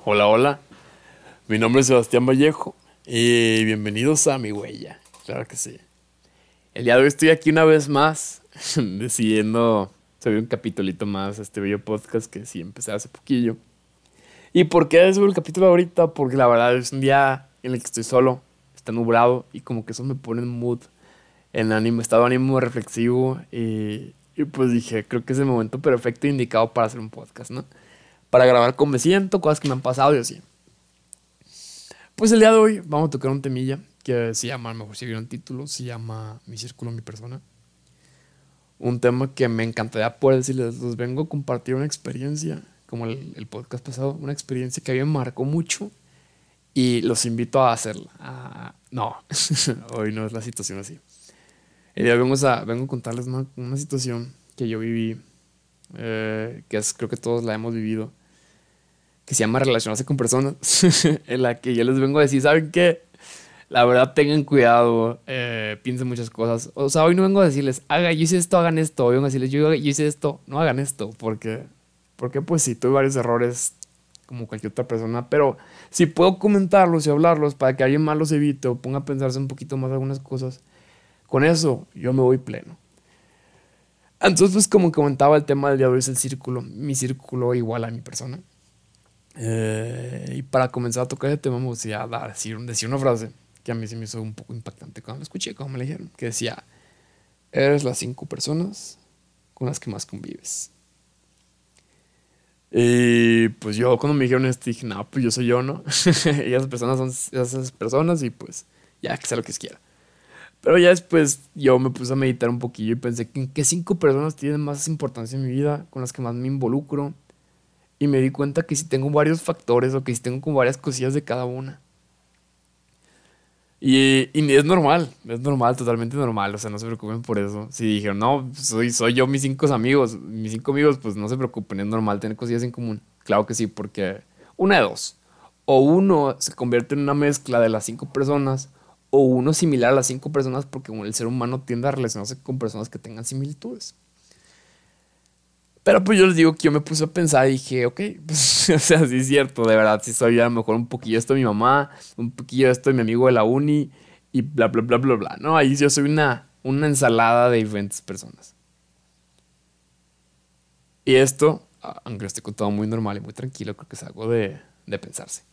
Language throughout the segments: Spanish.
Hola, hola. Mi nombre es Sebastián Vallejo y bienvenidos a Mi Huella. Claro que sí. El día de hoy estoy aquí una vez más, decidiendo subir un capitulito más a este bello podcast que sí empecé hace poquillo. ¿Y por qué subir el capítulo ahorita? Porque la verdad es un día en el que estoy solo, está nublado y como que eso me pone en mood, en ánimo, estado de ánimo reflexivo y pues dije, creo que es el momento perfecto e indicado para hacer un podcast, ¿no? Para grabar cómo me siento, cosas que me han pasado y así. Pues el día de hoy vamos a tocar un temilla que se llama, a lo mejor si vieron el título, se llama Mi Círculo, Mi Persona. Un tema que me encantaría poder decirles, les vengo a compartir una experiencia, como el podcast pasado, una experiencia que a mí me marcó mucho y los invito a hacerla. No, hoy no es la situación así. El día de hoy vengo a contarles una situación que yo viví, que es, creo que todos la hemos vivido, que se llama relacionarse con personas, en la que yo les vengo a decir, ¿saben qué? La verdad, tengan cuidado, piensen muchas cosas. O sea, hoy no vengo a decirles, yo hice esto, hagan esto. Hoy vengo a decirles, yo hice esto, no hagan esto. Porque pues sí, tuve varios errores como cualquier otra persona. Pero si puedo comentarlos y hablarlos para que alguien más los evite o ponga a pensarse un poquito más algunas cosas, con eso yo me voy pleno. Entonces, pues como comentaba, el tema del día de hoy es el círculo. Mi círculo igual a mi persona. Y para comenzar a tocar el tema me gustaría decir una frase que a mí se me hizo un poco impactante cuando la escuché, cuando me la dijeron, que decía, eres las cinco personas con las que más convives. Y pues yo cuando me dijeron esto dije, no, pues yo soy yo, ¿no? Y esas personas son esas personas y pues ya que sea lo que quiera. Pero ya después yo me puse a meditar un poquillo y pensé que qué cinco personas tienen más importancia en mi vida, con las que más me involucro. Y me di cuenta que si tengo varios factores o que si tengo como varias cosillas de cada una. Y es normal, totalmente normal, o sea, no se preocupen por eso. Si dijeron, no, soy yo mis cinco amigos, pues no se preocupen, es normal tener cosillas en común. Claro que sí, porque una de dos. O uno se convierte en una mezcla de las cinco personas, o uno similar a las cinco personas, porque como el ser humano tiende a relacionarse con personas que tengan similitudes. Pero pues yo les digo que yo me puse a pensar y dije, ok, pues, o sea, sí es cierto, de verdad, sí soy a lo mejor un poquillo esto de mi mamá, un poquillo esto de mi amigo de la uni y bla, bla, bla, bla, bla. No, ahí yo soy una ensalada de diferentes personas. Y esto, aunque lo estoy contando muy normal y muy tranquilo, creo que es algo de pensarse.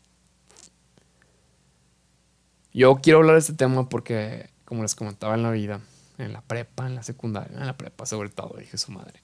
Yo quiero hablar de este tema porque, como les comentaba en la vida, en la prepa, en la secundaria, en la prepa sobre todo, dije su madre.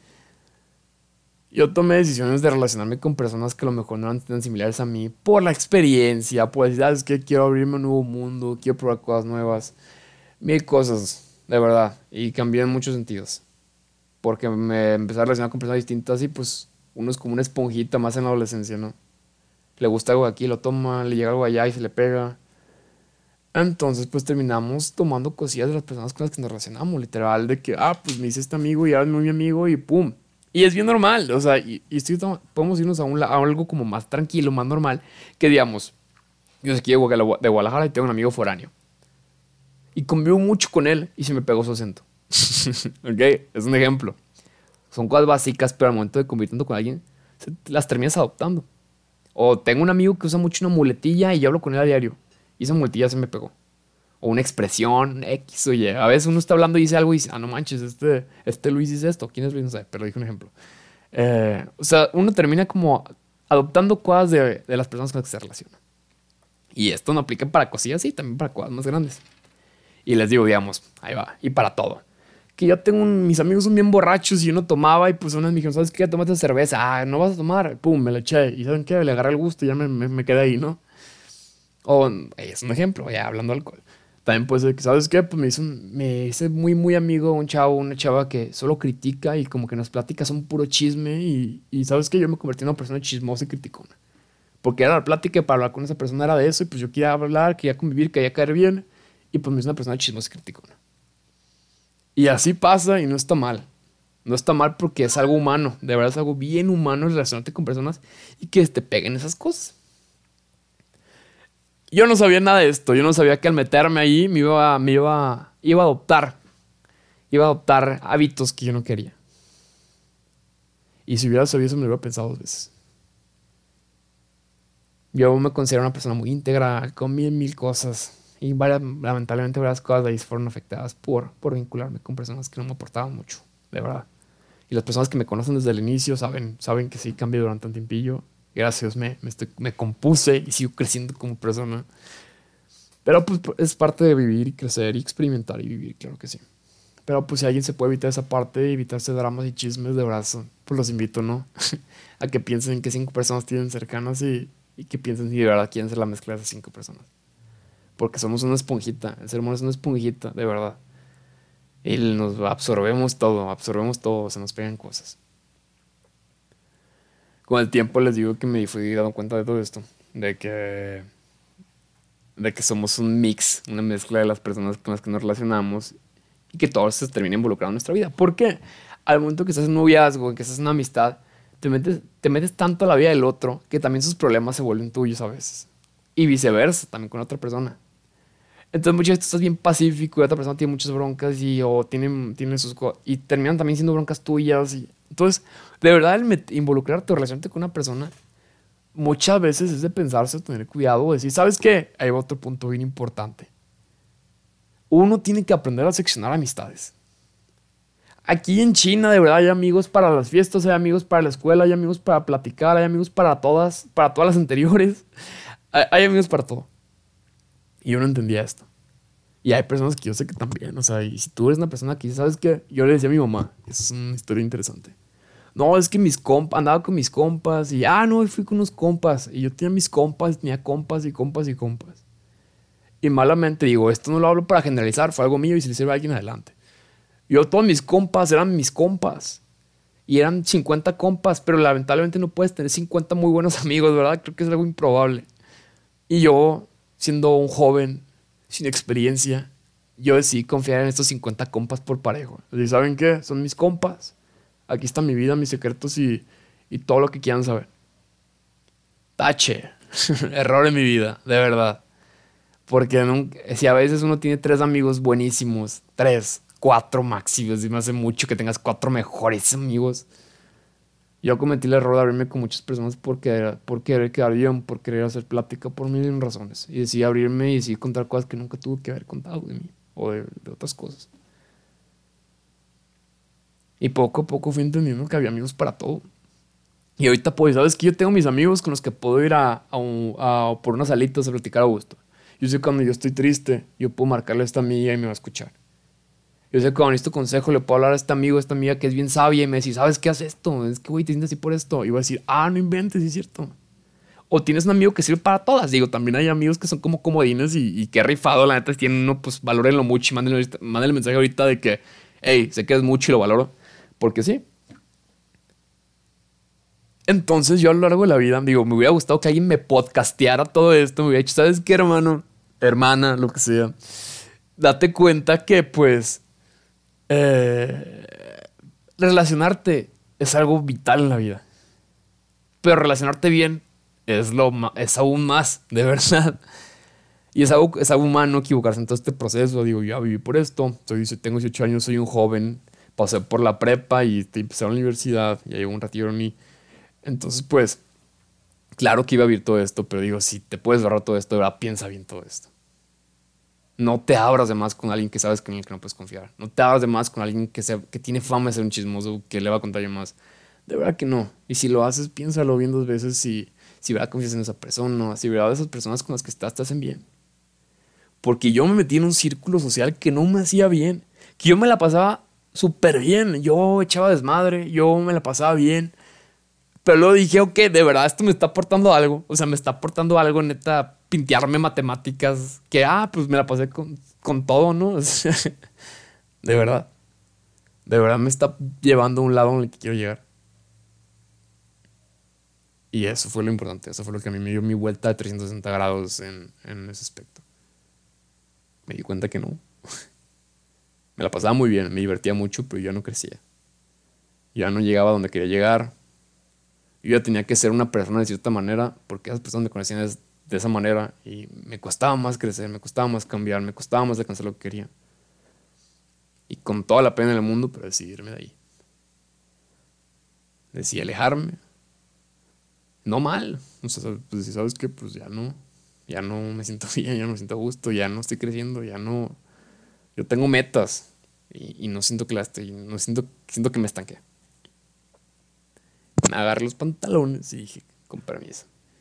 Yo tomé decisiones de relacionarme con personas que a lo mejor no eran tan similares a mí por la experiencia, por decir, es que quiero abrirme a un nuevo mundo, quiero probar cosas nuevas, mil cosas, de verdad, y cambié en muchos sentidos, porque me empecé a relacionar con personas distintas y pues uno es como una esponjita más en la adolescencia, ¿no? Le gusta algo de aquí, lo toma, le llega algo allá y se le pega. Entonces pues terminamos tomando cosillas de las personas con las que nos relacionamos, literal, de que, pues me hice este amigo y ahora es muy mi amigo y pum. Y es bien normal, o sea, podemos irnos a algo como más tranquilo, más normal, que digamos, yo sé que llego de Guadalajara y tengo un amigo foráneo. Y convivo mucho con él y se me pegó su acento. ¿Ok? Es un ejemplo. Son cosas básicas, pero al momento de convivir tanto con alguien, las terminas adoptando. O tengo un amigo que usa mucho una muletilla y yo hablo con él a diario. Y esa muletilla se me pegó. O una expresión X o Y. A veces uno está hablando y dice algo y dice, no manches, este Luis dice esto. ¿Quién es Luis? No sé, pero dije un ejemplo. O sea, uno termina como adoptando cosas de las personas con las que se relaciona. Y esto no aplica para cosillas, sí, también para cosas más grandes. Y les digo, digamos, ahí va, y para todo. Que yo tengo mis amigos son bien borrachos y uno tomaba y pues unas me dijeron, ¿sabes qué? Tómate cerveza. No vas a tomar. Pum, me la eché. Y ¿saben qué? Le agarré el gusto y ya me quedé ahí, ¿no? O es un ejemplo, ya hablando de alcohol. También puede ser que, ¿sabes qué? Pues me hice muy, muy amigo un chavo, una chava que solo critica y como que en las pláticas son puro chisme y ¿sabes qué? Yo me convertí en una persona chismosa y criticona. Porque era la plática y para hablar con esa persona era de eso y pues yo quería hablar, quería convivir, quería caer bien y pues me hice una persona chismosa y criticona. Y así pasa y no está mal. No está mal porque es algo humano, de verdad es algo bien humano relacionarte con personas y que te peguen esas cosas. Yo no sabía nada de esto. Yo no sabía que al meterme ahí iba a adoptar hábitos que yo no quería. Y si hubiera sabido eso, me lo hubiera pensado dos veces. Yo me considero una persona muy íntegra, con mil cosas. Y lamentablemente varias cosas de ahí fueron afectadas por vincularme con personas que no me aportaban mucho, de verdad. Y las personas que me conocen desde el inicio saben que sí cambié durante un tiempillo. Gracias, me compuse y sigo creciendo como persona. Pero pues es parte de vivir y crecer y experimentar y vivir, claro que sí. Pero pues si alguien se puede evitar esa parte, evitarse dramas y chismes de brazo, pues los invito, ¿no? A que piensen que 5 personas tienen cercanas y que piensen si de verdad quieren ser la mezcla de esas 5 personas. Porque somos una esponjita, el ser humano es una esponjita, de verdad. Y nos absorbemos todo, se nos pegan cosas. Con el tiempo les digo que me fui dando cuenta de todo esto, de que, de que somos un mix, una mezcla de las personas con las que nos relacionamos y que todo se termina involucrado en nuestra vida. ¿Por qué? Al momento que estás en un noviazgo, que estás en una amistad, te metes tanto a la vida del otro que también sus problemas se vuelven tuyos a veces. Y viceversa, también con otra persona. Entonces muchas veces tú estás bien pacífico y otra persona tiene muchas broncas o tiene sus cosas y terminan también siendo broncas tuyas. Entonces, de verdad, involucrarte o relacionarte con una persona muchas veces es de pensarse, tener cuidado, decir, ¿sabes qué? Hay otro punto bien importante. Uno tiene que aprender a seccionar amistades. Aquí en China, de verdad, hay amigos para las fiestas, hay amigos para la escuela, hay amigos para platicar, hay amigos para todas las anteriores. Hay amigos para todo. Y yo no entendía esto. Y hay personas que yo sé que también, o sea, y si tú eres una persona que, ¿sabes qué? Yo le decía a mi mamá, es una historia interesante. No, es que mis compas, andaba con mis compas y, no, fui con unos compas. Y yo tenía mis compas, tenía compas y compas y compas. Y malamente digo, esto no lo hablo para generalizar, fue algo mío y si le sirve a alguien adelante. Yo, todos mis compas eran mis compas. Y eran 50 compas, pero lamentablemente no puedes tener 50 muy buenos amigos, ¿verdad? Creo que es algo improbable. Y yo, siendo un joven, sin experiencia, yo decidí confiar en estos 50 compas por parejo. Y ¿saben qué? Son mis compas. Aquí está mi vida, mis secretos y todo lo que quieran saber. Tache. Error en mi vida, de verdad. Porque si a veces uno tiene 3 amigos buenísimos, 3, 4 máximos, y me hace mucho que tengas 4 mejores amigos. Yo cometí el error de abrirme con muchas personas por querer quedar bien, por querer hacer plática por mil razones. Y decidí abrirme y decidí contar cosas que nunca tuve que haber contado de mí o de otras cosas. Y poco a poco fui entendiendo que había amigos para todo. Y ahorita pues, ¿sabes qué? Yo tengo mis amigos con los que puedo ir por unas alitas a platicar a gusto. Yo sé que cuando yo estoy triste, yo puedo marcarle a esta amiga y me va a escuchar. Yo sé que cuando necesito consejo le puedo hablar a este amigo, a esta amiga que es bien sabia y me dice, ¿sabes qué haces esto? Es que, güey, te sientes así por esto. Y voy a decir, no inventes, sí es cierto. O tienes un amigo que sirve para todas. Digo, también hay amigos que son como comodines y que rifado, la neta, tienen uno, pues valórenlo mucho y mándenle mensaje ahorita de que, hey, sé que es mucho y lo valoro. Porque sí. Entonces yo a lo largo de la vida, digo, me hubiera gustado que alguien me podcasteara todo esto, me hubiera dicho, ¿sabes qué, hermano? Hermana, lo que sea. Date cuenta que, pues, eh, relacionarte es algo vital en la vida. Pero relacionarte bien es aún más, de verdad. Y es algo humano equivocarse en todo este proceso. Digo, yo ya viví por esto. Tengo 18 años, soy un joven. Pasé por la prepa y empecé a la universidad. Ya llevo un ratillo en mí. Entonces, pues, claro que iba a vivir todo esto. Pero digo, si te puedes ahorrar todo esto, de verdad, piensa bien todo esto. No te abras de más con alguien que sabes que en el que no puedes confiar. No te abras de más con alguien que tiene fama de ser un chismoso, que le va a contar yo más. De verdad que no. Y si lo haces, piénsalo bien 2 veces si verdad confías en esa persona, si verdad esas personas con las que estás te hacen bien. Porque yo me metí en un círculo social que no me hacía bien. Que yo me la pasaba súper bien. Yo echaba desmadre, yo me la pasaba bien. Pero luego dije, ok, de verdad esto me está aportando algo. O sea, me está aportando algo, neta, pintearme matemáticas. Que, pues me la pasé con todo, ¿no? O sea, de verdad. De verdad me está llevando a un lado en el que quiero llegar. Y eso fue lo importante. Eso fue lo que a mí me dio mi vuelta de 360 grados en ese aspecto. Me di cuenta que no. Me la pasaba muy bien, me divertía mucho, pero ya no crecía. Ya no llegaba a donde quería llegar. Yo ya tenía que ser una persona de cierta manera, porque esas personas me conocían de esa manera y me costaba más crecer, me costaba más cambiar, me costaba más alcanzar lo que quería. Y con toda la pena del mundo, pero decidí irme de ahí. Decidí alejarme. no mal. O sea, pues si sabes que pues ya no me siento bien, ya no me siento a gusto, ya no estoy creciendo, ya no. Yo tengo metas y no siento que las estoy, no siento que me estanqué. Me agarré los pantalones y dije, con permiso.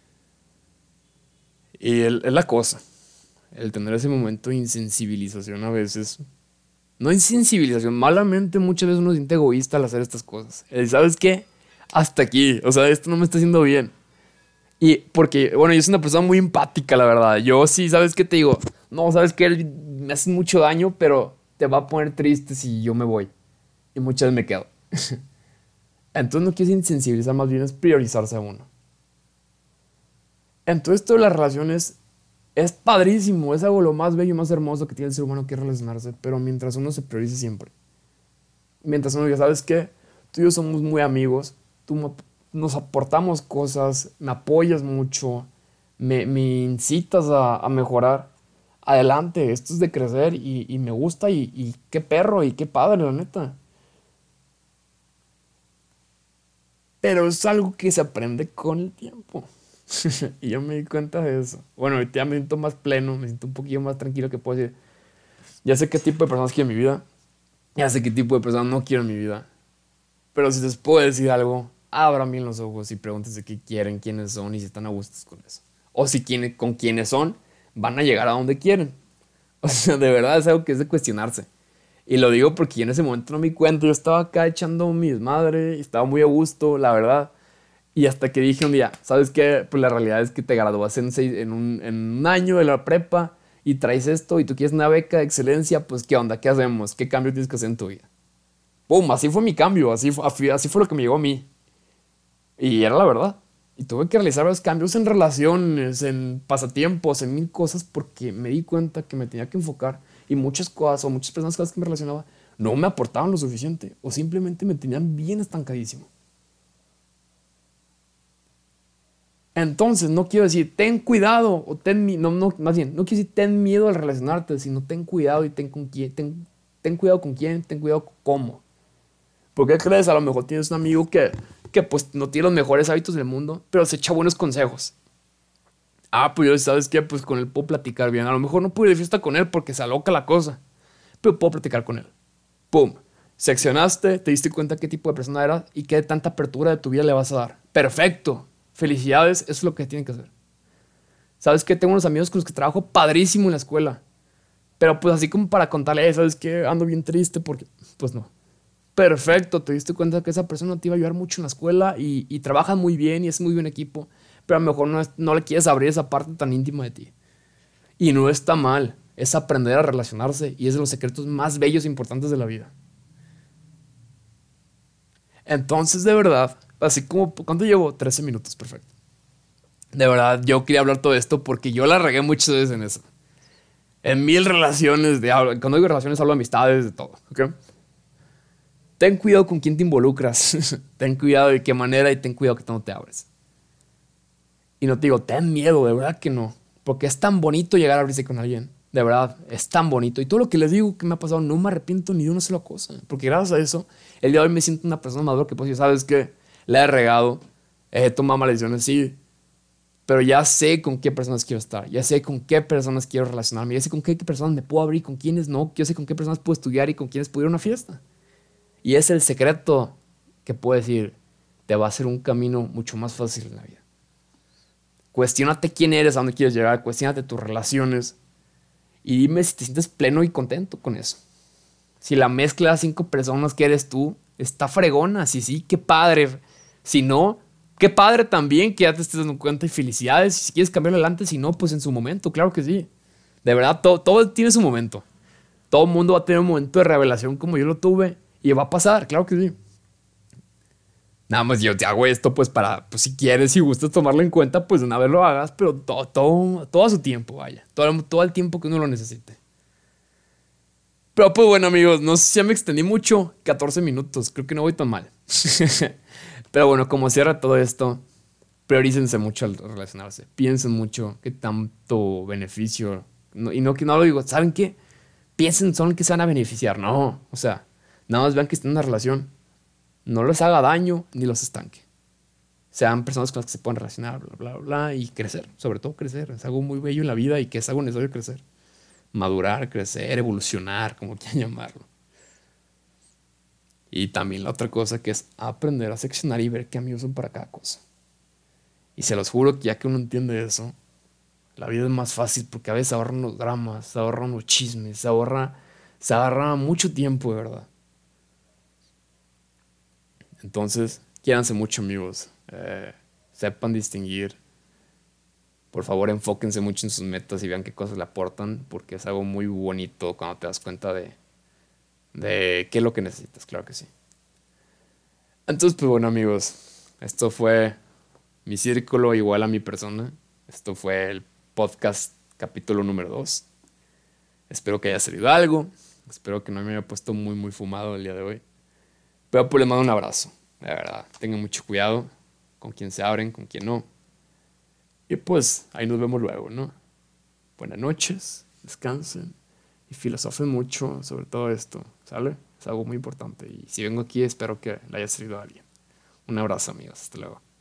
Y es la cosa, el tener ese momento de insensibilización a veces. No insensibilización, malamente muchas veces uno se siente egoísta al hacer estas cosas. ¿Sabes qué? Hasta aquí, o sea, esto no me está haciendo bien. Y porque, bueno, yo soy una persona muy empática, la verdad. Yo sí, ¿sabes qué te digo? No, ¿sabes qué? Me haces mucho daño, pero te va a poner triste si yo me voy. Y muchas veces me quedo. Entonces no quieres insensibilizar, más bien es priorizarse a uno. Entonces esto de las relaciones es padrísimo, es algo lo más bello y más hermoso que tiene el ser humano que es relacionarse, pero mientras uno se priorice siempre. Mientras uno diga, ¿sabes qué? Tú y yo somos muy amigos, nos aportamos cosas, me apoyas mucho, me incitas a mejorar. Adelante, esto es de crecer y me gusta y qué perro y qué padre, la neta. Pero es algo que se aprende con el tiempo. Y yo me di cuenta de eso. Bueno, ahorita ya me siento más pleno, me siento un poquillo más tranquilo que puedo decir. Ya sé qué tipo de personas quiero en mi vida, ya sé qué tipo de personas no quiero en mi vida. Pero si les puedo decir algo, abran bien los ojos y pregúntense qué quieren, quiénes son y si están a gustos con eso. O si con quiénes son, van a llegar a donde quieren. O sea, de verdad es algo que es de cuestionarse. Y lo digo porque yo en ese momento no me di cuenta. Yo estaba acá echando mi desmadre y estaba muy a gusto, la verdad. Y hasta que dije un día, ¿sabes qué? Pues la realidad es que te gradúas en un año de la prepa y traes esto y tú quieres una beca de excelencia, pues ¿qué onda? ¿Qué hacemos? ¿Qué cambio tienes que hacer en tu vida? ¡Pum! Así fue mi cambio, así fue lo que me llegó a mí. Y era la verdad. Y tuve que realizar los cambios en relaciones, en pasatiempos, en mil cosas, porque me di cuenta que me tenía que enfocar. Y muchas cosas o muchas personas con las que me relacionaba no me aportaban lo suficiente o simplemente me tenían bien estancadísimo. Entonces, no quiero decir ten cuidado o no, no, más bien, no quiero decir ten miedo al relacionarte, sino ten cuidado y ten cuidado con quién, ten cuidado con cómo. Porque crees, a lo mejor tienes un amigo que pues no tiene los mejores hábitos del mundo, pero se echa buenos consejos. Ah, pues yo, ¿sabes qué? Pues con él puedo platicar bien. A lo mejor no puedo ir de fiesta con él porque se aloca la cosa, pero puedo platicar con él. ¡Pum! Seccionaste, te diste cuenta qué tipo de persona era y qué tanta apertura de tu vida le vas a dar. ¡Perfecto! Felicidades, eso es lo que tienen que hacer. ¿Sabes qué? Tengo unos amigos con los que trabajo padrísimo en la escuela. Pero pues así como para contarle, ¿sabes qué? Ando bien triste porque... Pues no. Perfecto, te diste cuenta que esa persona te iba a ayudar mucho en la escuela y trabaja muy bien y es muy buen equipo, pero a lo mejor no le quieres abrir esa parte tan íntima de ti. Y no está mal, es aprender a relacionarse y es de los secretos más bellos e importantes de la vida. Entonces, de verdad, así como, ¿cuánto llevo? 13 minutos, perfecto. De verdad, yo quería hablar todo esto porque yo la regué muchas veces en eso. En mil relaciones, cuando digo relaciones hablo de amistades, de todo, ¿ok? Ten cuidado con quién te involucras. Ten cuidado de qué manera y ten cuidado que tú no te abres. Y no te digo, ten miedo, de verdad que no. Porque es tan bonito llegar a abrirse con alguien. De verdad, es tan bonito. Y todo lo que les digo que me ha pasado, no me arrepiento ni de una sola cosa. Porque gracias a eso, el día de hoy me siento una persona madura que pues, decir, ¿sabes qué? La he regado, he tomado malas decisiones, sí. Pero ya sé con qué personas quiero estar. Ya sé con qué personas quiero relacionarme. Ya sé con qué personas me puedo abrir, con quiénes no. Yo sé con qué personas puedo estudiar y con quiénes puedo ir a una fiesta. Y es el secreto que puedo decir, te va a hacer un camino mucho más fácil en la vida. Cuestiónate quién eres, a dónde quieres llegar, cuestiónate tus relaciones y dime si te sientes pleno y contento con eso. Si la mezcla de 5 personas que eres tú está fregona, si sí, qué padre. Si no, qué padre también que ya te estés dando cuenta y felicidades. Si quieres cambiarlo adelante, si no, pues en su momento, claro que sí. De verdad, todo tiene su momento. Todo el mundo va a tener un momento de revelación como yo lo tuve y va a pasar, claro que sí. Nada más yo te hago esto pues para, pues si quieres y gustas tomarlo en cuenta, pues de una vez lo hagas, pero todo a su tiempo, vaya. Todo el tiempo que uno lo necesite. Pero pues bueno amigos, no sé si ya me extendí mucho, 14 minutos, creo que no voy tan mal. Pero bueno, como cierra todo esto, priorícense mucho al relacionarse. Piensen mucho qué tanto beneficio, y no que no lo digo, ¿saben qué? Piensen solo en que se van a beneficiar, no. O sea, nada más vean que están en una relación. No les haga daño ni los estanque. sean personas con las que se puedan relacionar, bla, bla, bla, y crecer, sobre todo crecer. Es algo muy bello en la vida y que es algo necesario crecer. Madurar, crecer, evolucionar, como quieran llamarlo. Y también la otra cosa que es aprender a seccionar y ver qué amigos son para cada cosa. Y se los juro que ya que uno entiende eso, la vida es más fácil porque a veces se ahorran los dramas, se ahorran los chismes, se ahorra mucho tiempo, de verdad. Entonces, quiéranse mucho, amigos. Sepan distinguir. Por favor, enfóquense mucho en sus metas y vean qué cosas le aportan, porque es algo muy bonito cuando te das cuenta de qué es lo que necesitas, claro que sí. Entonces, pues bueno, amigos, esto fue mi círculo igual a mi persona. Esto fue el podcast capítulo número 2. Espero que haya servido algo. Espero que no me haya puesto muy, muy fumado el día de hoy. Pero pues les mando un abrazo. De verdad, tengan mucho cuidado con quién se abren, con quién no. Y pues ahí nos vemos luego, ¿no? Buenas noches, descansen y filosofen mucho sobre todo esto, ¿sale? Es algo muy importante. Y si vengo aquí, espero que le haya servido a alguien. Un abrazo, amigos. Hasta luego.